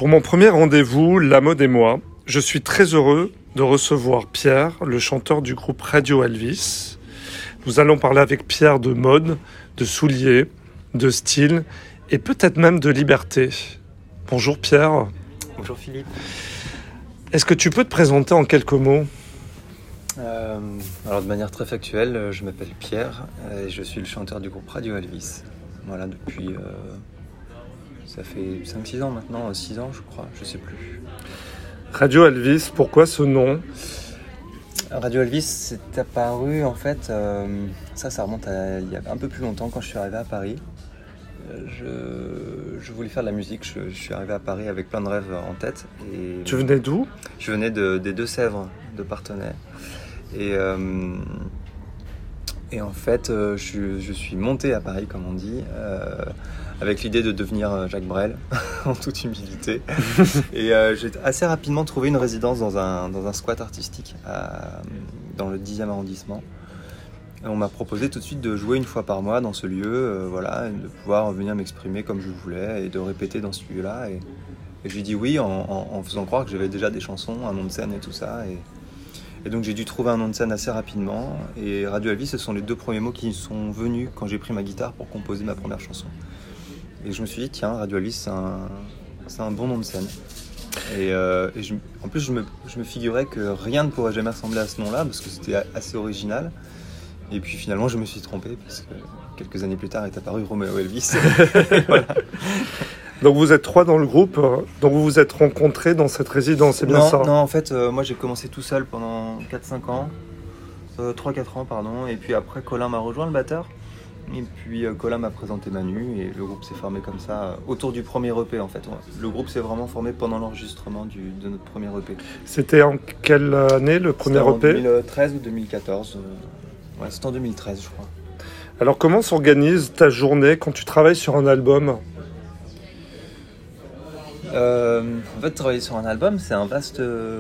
Pour mon premier rendez-vous, La Mode et moi, je suis très heureux de recevoir Pierre, le chanteur du groupe Radio Elvis. Nous allons parler avec Pierre de mode, de souliers, de style et peut-être même de liberté. Bonjour Pierre. Bonjour Philippe. Est-ce que tu peux te présenter en quelques mots ? Alors de manière très factuelle, je m'appelle Pierre et je suis le chanteur du groupe Radio Elvis. Voilà, depuis... ça fait 5-6 ans maintenant, 6 ans je crois, je sais plus. Radio Elvis, pourquoi ce nom ? Radio Elvis, c'est apparu en fait, ça remonte à il y a un peu plus longtemps quand je suis arrivé à Paris. Je voulais faire de la musique, je suis arrivé à Paris avec plein de rêves en tête. Et tu venais d'où ? Je venais des Deux-Sèvres, de Parthenay. Et en fait, je suis monté à Paris, comme on dit, avec l'idée de devenir Jacques Brel, en toute humilité. Et j'ai assez rapidement trouvé une résidence dans un squat artistique, dans le 10e arrondissement. Et on m'a proposé tout de suite de jouer une fois par mois dans ce lieu, voilà, et de pouvoir venir m'exprimer comme je voulais et de répéter dans ce lieu-là. Et j'ai dit oui en faisant croire que j'avais déjà des chansons, un nom de scène et tout ça. Et donc j'ai dû trouver un nom de scène assez rapidement. Et Radio Elvis, ce sont les 2 premiers mots qui sont venus quand j'ai pris ma guitare pour composer ma première chanson. Et je me suis dit, tiens, Radio Elvis, c'est un bon nom de scène. En plus, je me figurais que rien ne pourrait jamais ressembler à ce nom-là, parce que c'était assez original. Et puis finalement, je me suis trompé, parce que quelques années plus tard est apparu Roméo Elvis. Voilà. Donc vous êtes 3 dans le groupe, donc vous vous êtes rencontrés dans cette résidence, c'est bien ça ? Non, en fait, moi j'ai commencé tout seul pendant 4-5 ans, 3-4 ans, pardon, et puis après Colin m'a rejoint, le batteur, et puis Colin m'a présenté Manu, et le groupe s'est formé comme ça, autour du premier EP en fait. Le groupe s'est vraiment formé pendant l'enregistrement de notre premier EP. C'était en quelle année le premier EP ? En 2013 ou 2014, ouais, c'était en 2013 je crois. Alors comment s'organise ta journée quand tu travailles sur un album ? En fait, travailler sur un album, c'est un vaste...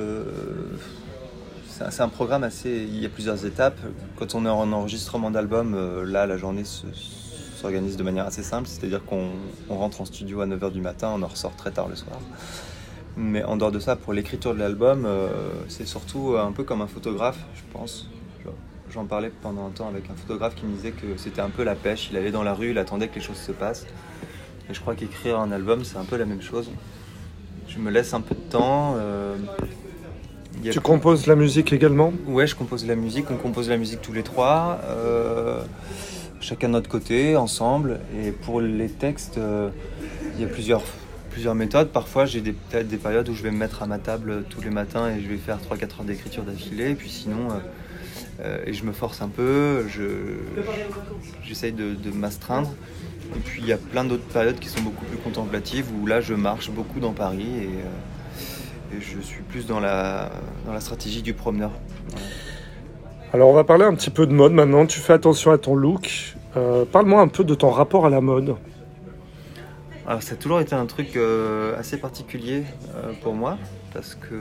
c'est un programme assez... Il y a plusieurs étapes. Quand on est en enregistrement d'album, là, la journée s'organise de manière assez simple. C'est-à-dire qu'on rentre en studio à 9h du matin, on en ressort très tard le soir. Mais en dehors de ça, pour l'écriture de l'album, c'est surtout un peu comme un photographe, je pense. J'en parlais pendant un temps avec un photographe qui me disait que c'était un peu la pêche. Il allait dans la rue, il attendait que les choses se passent. Et je crois qu'écrire un album, c'est un peu la même chose. Je me laisse un peu de temps. Tu composes la musique également ? Ouais, je compose la musique. On compose la musique tous les 3. Chacun de notre côté, ensemble. Et pour les textes, il y a plusieurs méthodes. Parfois, j'ai peut-être des périodes où je vais me mettre à ma table tous les matins et je vais faire 3-4 heures d'écriture d'affilée. Et puis sinon... et je me force un peu, j'essaye de m'astreindre. Et puis il y a plein d'autres périodes qui sont beaucoup plus contemplatives où là je marche beaucoup dans Paris et je suis plus dans la stratégie du promeneur. Voilà. Alors on va parler un petit peu de mode maintenant, tu fais attention à ton look. Parle-moi un peu de ton rapport à la mode. Alors ça a toujours été un truc assez particulier pour moi parce que...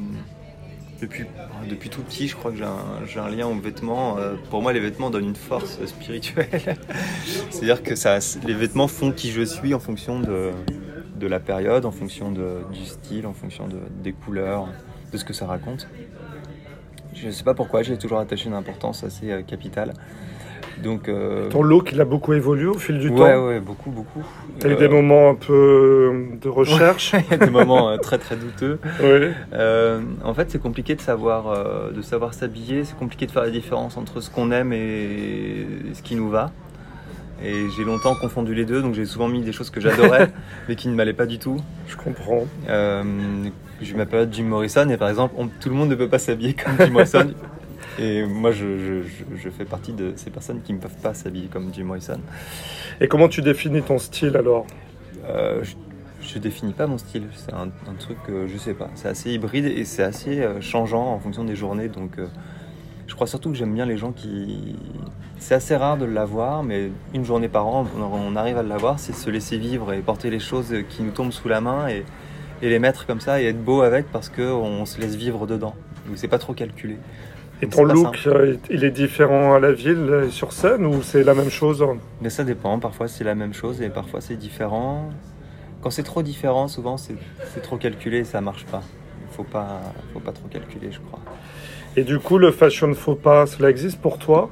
Depuis tout petit, je crois que j'ai un lien aux vêtements. Pour moi, les vêtements donnent une force spirituelle. C'est-à-dire que les vêtements font qui je suis en fonction de la période, en fonction du style, en fonction des couleurs, de ce que ça raconte. Je ne sais pas pourquoi, j'ai toujours attaché une importance assez capitale. Donc, ton look, il a beaucoup évolué au fil du temps ? Ouais, beaucoup. T'as eu des moments un peu de recherche ? Des moments très très douteux. Oui. En fait, c'est compliqué de savoir s'habiller, c'est compliqué de faire la différence entre ce qu'on aime et ce qui nous va. Et j'ai longtemps confondu les deux, donc j'ai souvent mis des choses que j'adorais, mais qui ne m'allaient pas du tout. Je comprends. J'ai eu ma période Jim Morrison, et par exemple, tout le monde ne peut pas s'habiller comme Jim Morrison. Et moi, je fais partie de ces personnes qui ne peuvent pas s'habiller comme Jim Morrison. Et comment tu définis ton style alors ? Je définis pas mon style, c'est un truc que je sais pas. C'est assez hybride et c'est assez changeant en fonction des journées. Donc je crois surtout que j'aime bien les gens qui... C'est assez rare de l'avoir, mais une journée par an, on arrive à l'avoir, c'est se laisser vivre et porter les choses qui nous tombent sous la main et les mettre comme ça et être beau avec parce qu'on se laisse vivre dedans. Donc c'est pas trop calculé. Et ton look, il est différent à la ville et sur scène ou c'est la même chose ? Mais ça dépend, parfois c'est la même chose et parfois c'est différent. Quand c'est trop différent, souvent c'est trop calculé, ça marche pas. Faut pas trop calculer, je crois. Et du coup, le fashion faux pas, cela existe pour toi?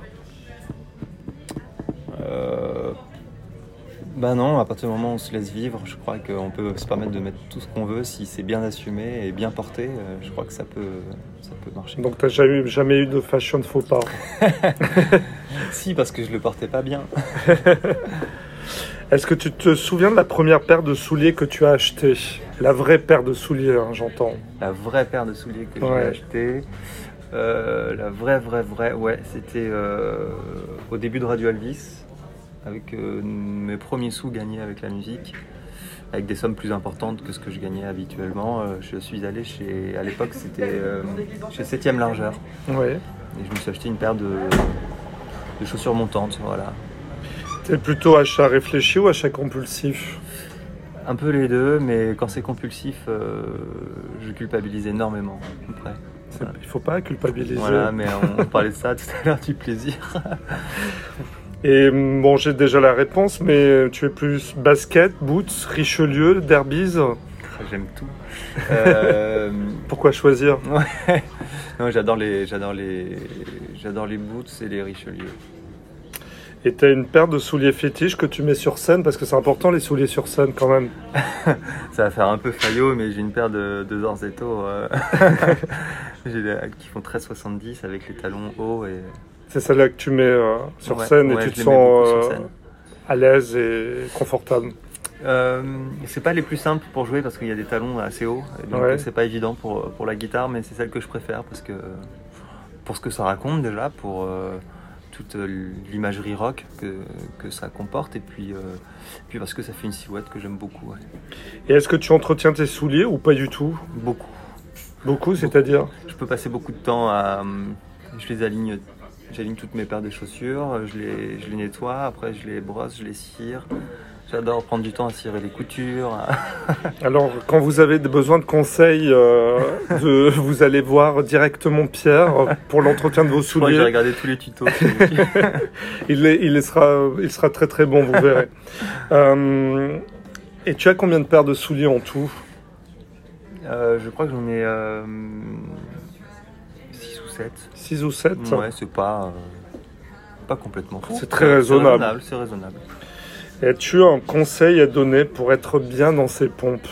Ben non, à partir du moment où on se laisse vivre, je crois qu'on peut se permettre de mettre tout ce qu'on veut si c'est bien assumé et bien porté. Je crois que ça peut marcher. Donc tu n'as jamais eu de fashion faux pas? Si, parce que je le portais pas bien. Est-ce que tu te souviens de la première paire de souliers que tu as achetée? La vraie paire de souliers, hein, j'entends. La vraie paire de souliers que j'ai achetée. La vraie, ouais, c'était au début de Radio Elvis, avec mes premiers sous gagnés avec la musique, avec des sommes plus importantes que ce que je gagnais habituellement. Je suis allé à l'époque, c'était chez 7e Largeur. Ouais. Et je me suis acheté une paire de chaussures montantes, voilà. T'es plutôt achat réfléchi ou achat compulsif? Un peu les deux, mais quand c'est compulsif, je culpabilise énormément. Après. Voilà. Il ne faut pas culpabiliser. Voilà, mais on parlait de ça tout à l'heure, du plaisir. Et bon, j'ai déjà la réponse, mais tu es plus basket, boots, Richelieu, derbies? J'aime tout. Pourquoi choisir? Ouais. Non, j'adore les boots et les Richelieu. Et tu as une paire de souliers fétiches que tu mets sur scène, parce que c'est important les souliers sur scène quand même. Ça va faire un peu faillot, mais j'ai une paire de Zorzetto qui font 13,70 avec les talons hauts. Et... C'est celle-là que tu mets sur scène et tu te sens à l'aise et confortable. C'est pas les plus simples pour jouer parce qu'il y a des talons assez hauts, et donc c'est pas évident pour la guitare, mais c'est celle que je préfère parce que pour ce que ça raconte déjà, pour toute l'imagerie rock que ça comporte, et puis parce que ça fait une silhouette que j'aime beaucoup. Ouais. Et est-ce que tu entretiens tes souliers ou pas du tout? Beaucoup. Beaucoup, c'est-à-dire? Je peux passer beaucoup de temps je les aligne. J'aligne toutes mes paires de chaussures, je les nettoie, après je les brosse, je les cire. J'adore prendre du temps à cirer les coutures. Alors, quand vous avez besoin de conseils, vous allez voir directement Pierre pour l'entretien de vos souliers. Je crois que j'ai regardé tous les tutos. il sera très très bon, vous verrez. Et tu as combien de paires de souliers en tout? Je crois que j'en ai 6 ou 7. 6 ou 7? Ouais, c'est pas complètement fou. C'est très raisonnable. C'est raisonnable. Et as-tu un conseil à donner pour être bien dans ses pompes?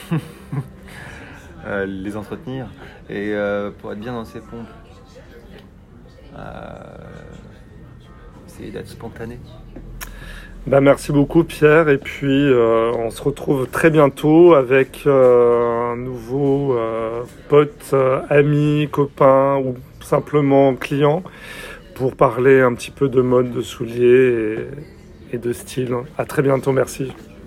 Les entretenir. Et pour être bien dans ses pompes, essayer d'être spontané. Merci beaucoup Pierre, et puis on se retrouve très bientôt avec un nouveau pote, ami, copain ou simplement client pour parler un petit peu de mode, de souliers et de style. À très bientôt, merci.